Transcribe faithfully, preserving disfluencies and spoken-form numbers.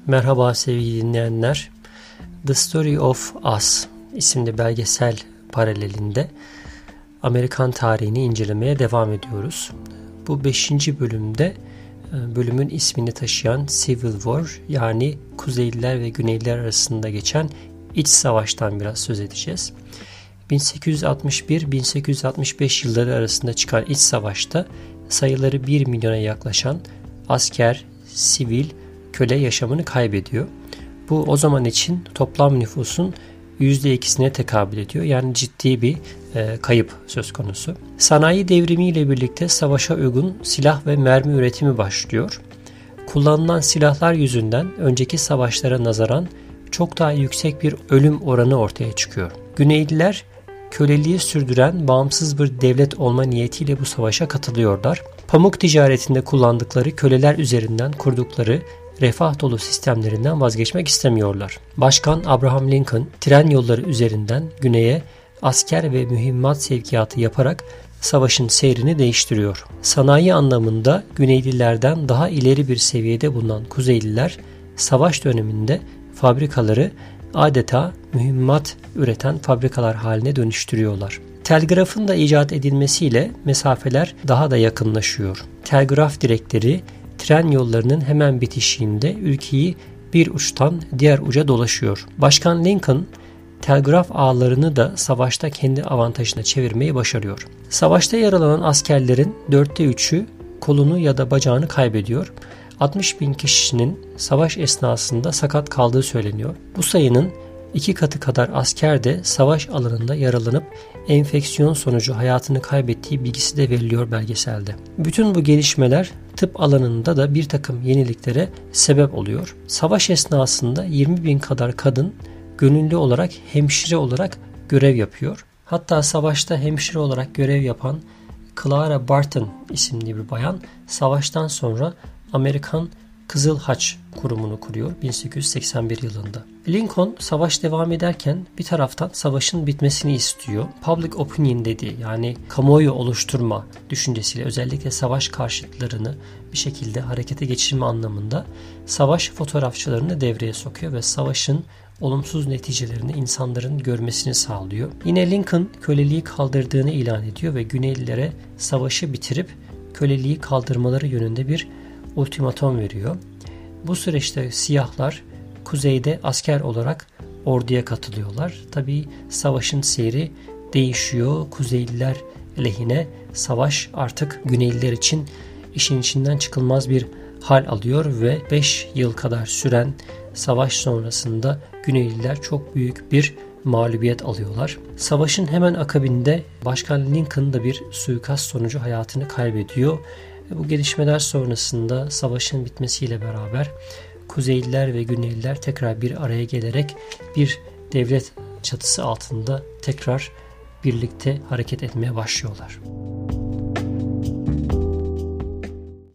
Merhaba sevgili dinleyenler. The Story of Us isimli belgesel paralelinde Amerikan tarihini incelemeye devam ediyoruz. Bu beşinci bölümde bölümün ismini taşıyan Civil War, yani Kuzeyliler ve Güneyliler arasında geçen iç savaştan biraz söz edeceğiz. bin sekiz yüz altmış bir bin sekiz yüz altmış beş yılları arasında çıkan iç savaşta sayıları bir milyona yaklaşan asker, sivil, köle yaşamını kaybediyor. Bu o zaman için toplam nüfusun yüzde ikisine tekabül ediyor. Yani ciddi bir e, kayıp söz konusu. Sanayi devrimiyle birlikte savaşa uygun silah ve mermi üretimi başlıyor. Kullanılan silahlar yüzünden önceki savaşlara nazaran çok daha yüksek bir ölüm oranı ortaya çıkıyor. Güneyliler köleliği sürdüren bağımsız bir devlet olma niyetiyle bu savaşa katılıyorlar. Pamuk ticaretinde kullandıkları köleler üzerinden kurdukları refah dolu sistemlerinden vazgeçmek istemiyorlar. Başkan Abraham Lincoln tren yolları üzerinden güneye asker ve mühimmat sevkiyatı yaparak savaşın seyrini değiştiriyor. Sanayi anlamında Güneylilerden daha ileri bir seviyede bulunan Kuzeyliler savaş döneminde fabrikaları adeta mühimmat üreten fabrikalar haline dönüştürüyorlar. Telgrafın da icat edilmesiyle mesafeler daha da yakınlaşıyor. Telgraf direkleri tren yollarının hemen bitişiğinde ülkeyi bir uçtan diğer uca dolaşıyor. Başkan Lincoln telgraf ağlarını da savaşta kendi avantajına çevirmeyi başarıyor. Savaşta yaralanan askerlerin dörtte üçü kolunu ya da bacağını kaybediyor. altmış bin kişinin savaş esnasında sakat kaldığı söyleniyor. Bu sayının iki katı kadar asker de savaş alanında yaralanıp enfeksiyon sonucu hayatını kaybettiği bilgisi de veriliyor belgeselde. Bütün bu gelişmeler tıp alanında da bir takım yeniliklere sebep oluyor. Savaş esnasında yirmi bin kadar kadın gönüllü olarak hemşire olarak görev yapıyor. Hatta savaşta hemşire olarak görev yapan Clara Barton isimli bir bayan savaştan sonra Amerikan Kızıl Haç kurumunu kuruyor bin sekiz yüz seksen bir yılında. Lincoln savaş devam ederken bir taraftan savaşın bitmesini istiyor. Public opinion dediği, yani kamuoyu oluşturma düşüncesiyle özellikle savaş karşıtlarını bir şekilde harekete geçirme anlamında savaş fotoğrafçılarını devreye sokuyor ve savaşın olumsuz neticelerini insanların görmesini sağlıyor. Yine Lincoln köleliği kaldırdığını ilan ediyor ve Güneylilere savaşı bitirip köleliği kaldırmaları yönünde bir ultimatom veriyor. Bu süreçte siyahlar kuzeyde asker olarak orduya katılıyorlar. Tabii savaşın seyri değişiyor. Kuzeyliler lehine savaş artık Güneyliler için işin içinden çıkılmaz bir hal alıyor ve beş yıl kadar süren savaş sonrasında Güneyliler çok büyük bir mağlubiyet alıyorlar. Savaşın hemen akabinde Başkan Lincoln da bir suikast sonucu hayatını kaybediyor. Bu gelişmeler sonrasında savaşın bitmesiyle beraber Kuzeyliler ve Güneyliler tekrar bir araya gelerek bir devlet çatısı altında tekrar birlikte hareket etmeye başlıyorlar.